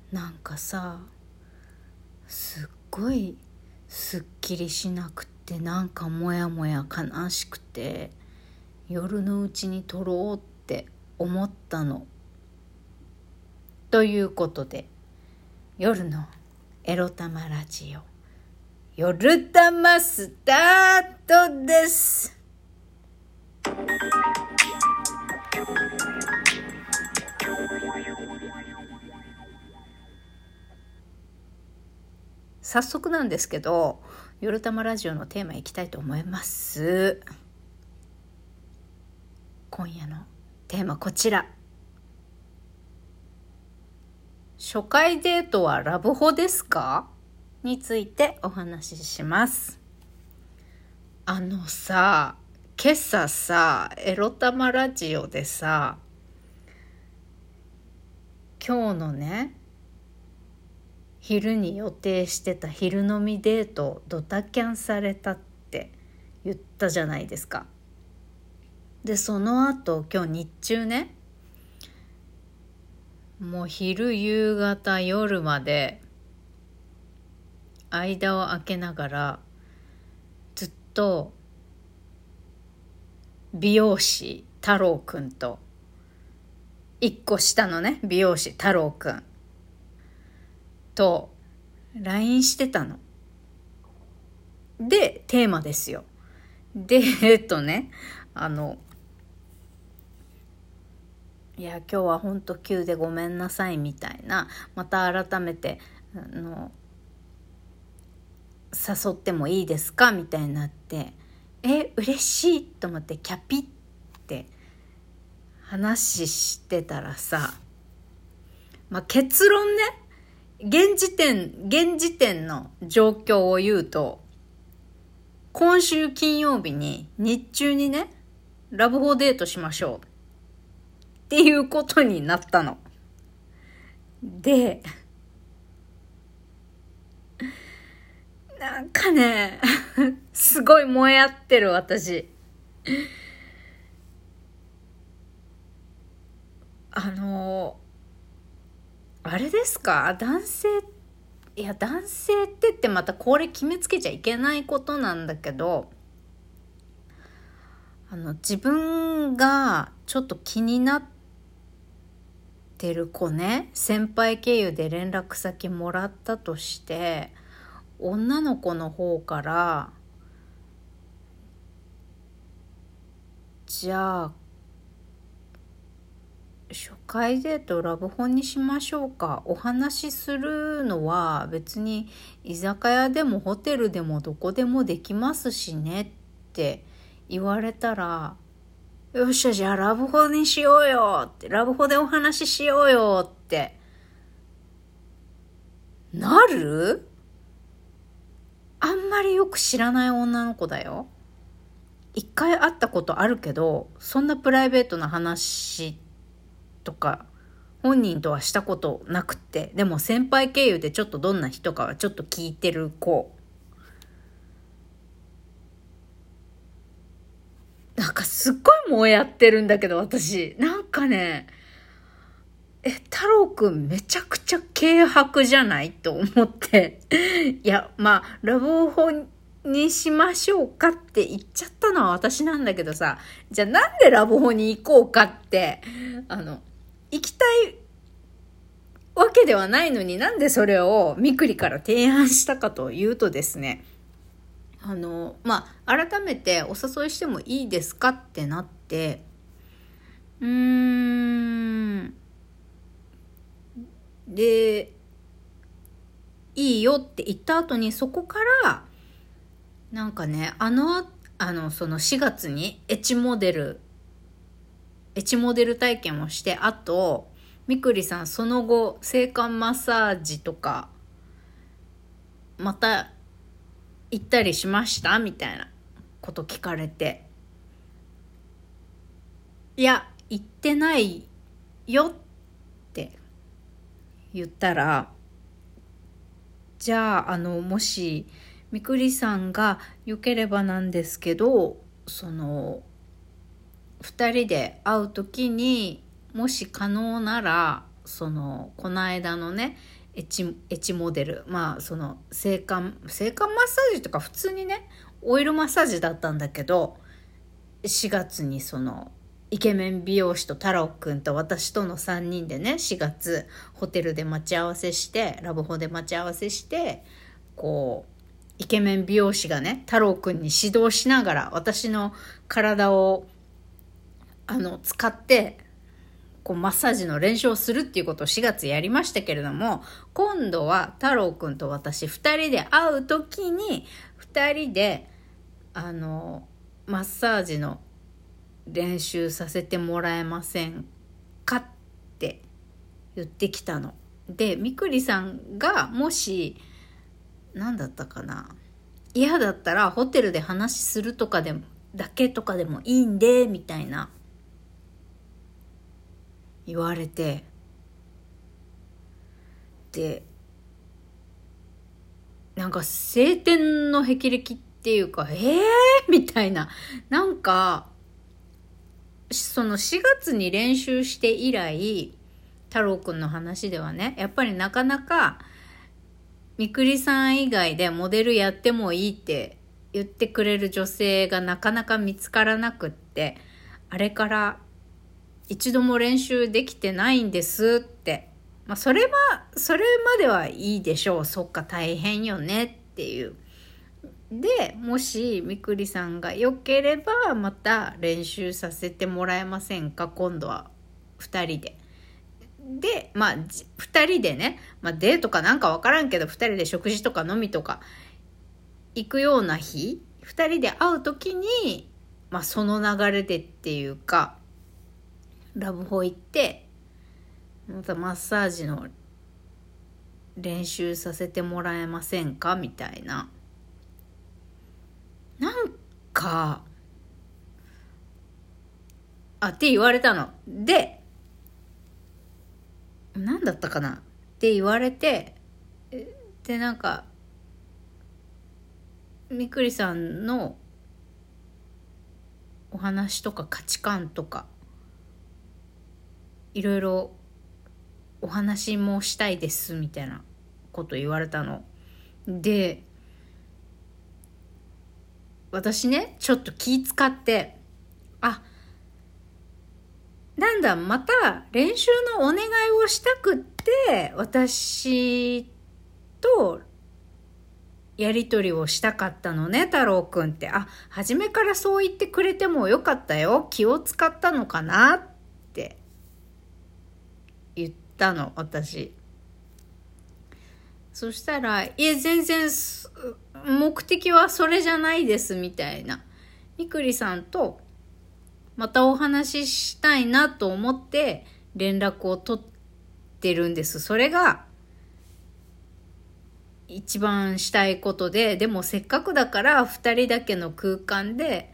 なんかさ、すっごいすっきりしなくて、なんかもやもや悲しくて、夜のうちに撮ろうって思ったの。ということで、夜のエロ玉ラジオ、夜玉スタートです。早速なんですけど、夜玉ラジオのテーマいきたいと思います。今夜のテーマこちら。初回デートはラブホですか？についてお話しします。今朝さ、エロ玉ラジオでさ、今日のね、昼に予定してた昼飲みデートドタキャンされたって言ったじゃないですか。でその後今日日中ね、もう昼夕方夜まで間を空けながらずっと美容師太郎くんと一個下のね美容師太郎くんと LINE してたの。でテーマですよ。でいや今日はほんと急でごめんなさいみたいな、また改めて誘ってもいいですかみたいになって、嬉しいと思ってキャピって話してたらさ、結論ね、現時点の状況を言うと、今週金曜日に日中にねラブホデートしましょうっていうことになったの。でなんかねすごい燃え合ってる私。あれですか、男性って言ってまたこれ決めつけちゃいけないことなんだけど、自分がちょっと気になってる子ね、先輩経由で連絡先もらったとして、女の子の方からじゃあ初回デートラブホにしましょうか、お話しするのは別に居酒屋でもホテルでもどこでもできますしねって言われたら、よっしゃじゃあラブホにしようよって、ラブホでお話ししようよってなる？あんまりよく知らない女の子だよ。一回会ったことあるけど、そんなプライベートな話とか本人とはしたことなくって、でも先輩経由でちょっとどんな人かはちょっと聞いてる子。なんかすっごい燃え合ってるんだけど私。なんかね、太郎くんめちゃくちゃ軽薄じゃないと思って。いや、ラブホにしましょうかって言っちゃったのは私なんだけどさ、じゃあなんでラブホに行こうかって、行きたいわけではないのに、なんでそれをみくりから提案したかというとですね、改めてお誘いしてもいいですかってなって、でいいよって言った後に、そこからなんかね、その4月にエッジモデル体験をして、あとみくりさんその後性感マッサージとかまた行ったりしましたみたいなこと聞かれて、いや行ってないよって言ったら、じゃあもしみくりさんがよければなんですけど、その2人で会う時にもし可能なら、この間のねエチモデル、まあその性感マッサージとか普通にねオイルマッサージだったんだけど、4月にそのイケメン美容師と太郎くんと私との3人でね、4月ホテルで待ち合わせして、ラブホで待ち合わせして、こうイケメン美容師がね太郎くんに指導しながら私の体を使ってこうマッサージの練習をするっていうことを4月やりましたけれども、今度は太郎くんと私2人で会う時に2人でマッサージの練習させてもらえませんかって言ってきたので、みくりさんがもし何だったかな、嫌だったらホテルで話するとかでもだけとかでもいいんでみたいな言われて、でなんか晴天の霹靂っていうかみたいな、なんかその4月に練習して以来太郎くんの話ではね、やっぱりなかなかみくりさん以外でモデルやってもいいって言ってくれる女性がなかなか見つからなくって、あれから一度も練習できてないんですって。まあそれまではいいでしょう。そっか大変よねっていう。で、もしみくりさんが良ければまた練習させてもらえませんか、今度は2人で。で、まあ2人でね、まあデートかなんかわからんけど2人で食事とか飲みとか行くような日、2人で会う時に、まあその流れでっていうか、ラブホ行ってまたマッサージの練習させてもらえませんかみたいな、なんかって言われたので、なんだったかなって言われて、でなんかみくりさんのお話とか価値観とかいろいろお話もしたいですみたいなこと言われたので、私ねちょっと気使って、なんだまた練習のお願いをしたくって私とやりとりをしたかったのね太郎くんって、初めからそう言ってくれてもよかったよ、気を使ったのかなって言ったの私。そしたら全然目的はそれじゃないですみたいな、みくりさんとまたお話ししたいなと思って連絡を取ってるんです。それが一番したいことで、でもせっかくだから2人だけの空間で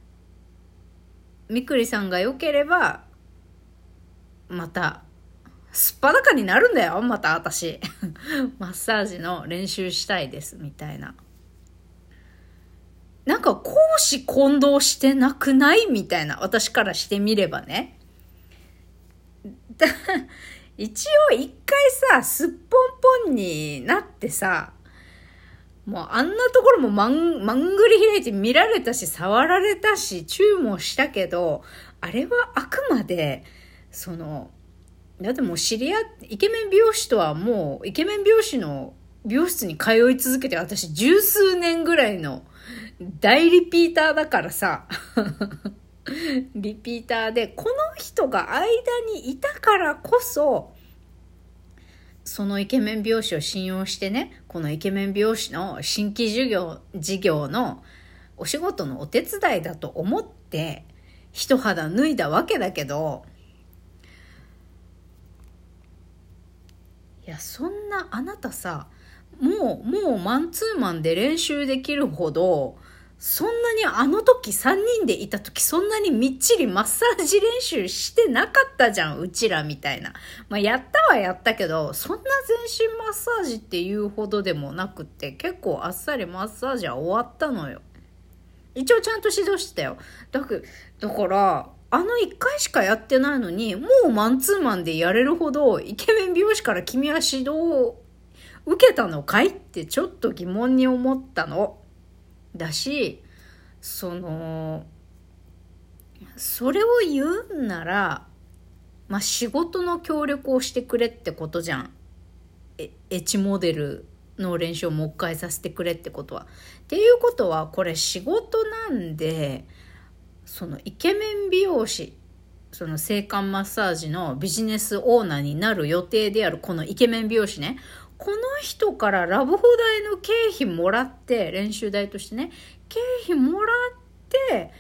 みくりさんが良ければまたすっぱだかになるんだよ、また私マッサージの練習したいですみたいな、なんか公私混同してなくないみたいな、私からしてみればね一応一回さすっぽんぽんになってさ、もうあんなところもまんぐり開いて見られたし触られたしチューもしたけど、あれはあくまでだってもうイケメン美容師とはもうイケメン美容師の美容室に通い続けて私十数年ぐらいの大リピーターだからさリピーターで、この人が間にいたからこそそのイケメン美容師を信用してね、このイケメン美容師の新規事業のお仕事のお手伝いだと思って一肌脱いだわけだけど、いやそんなあなたさ、もうマンツーマンで練習できるほど、そんなにあの時3人でいた時そんなにみっちりマッサージ練習してなかったじゃんうちらみたいな。やったはやったけどそんな全身マッサージっていうほどでもなくって、結構あっさりマッサージは終わったのよ。一応ちゃんと指導してたよ。だから1回しかやってないのにもうマンツーマンでやれるほどイケメン美容師から君は指導受けたのかいってちょっと疑問に思ったの。だし、それを言うんなら、仕事の協力をしてくれってことじゃん。エチモデルの練習をもう一回させてくれってことは。っていうことは、これ仕事なんで、そのイケメン美容師、その性感マッサージのビジネスオーナーになる予定であるこのイケメン美容師ね、この人からラブホ代の経費もらって、練習代としてね、経費もらって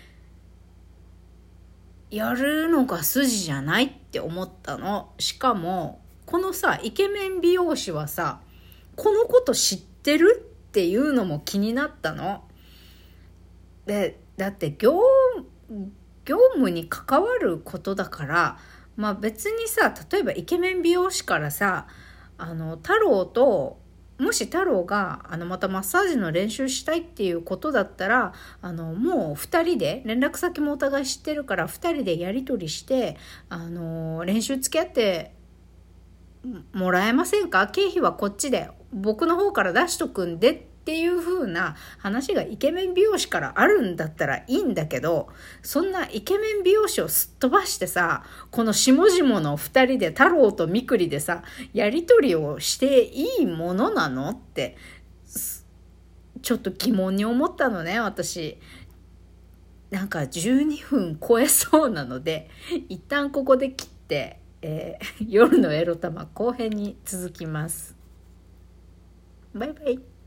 やるのが筋じゃないって思ったの。しかもこのさ、イケメン美容師はさ、このこと知ってるっていうのも気になったの。で、だって業務に関わることだから、別にさ、例えばイケメン美容師からさ、太郎と、もし太郎がまたマッサージの練習したいっていうことだったら、もう2人で連絡先もお互い知ってるから、2人でやり取りして、練習付き合ってもらえませんか、経費はこっちで僕の方から出しとくんでっていう風な話がイケメン美容師からあるんだったらいいんだけど、そんなイケメン美容師をすっ飛ばしてさ、この下々の2人で太郎とみくりでさ、やり取りをしていいものなのってちょっと疑問に思ったのね、私。なんか12分超えそうなので、一旦ここで切って、夜のエロ玉後編に続きます。バイバイ。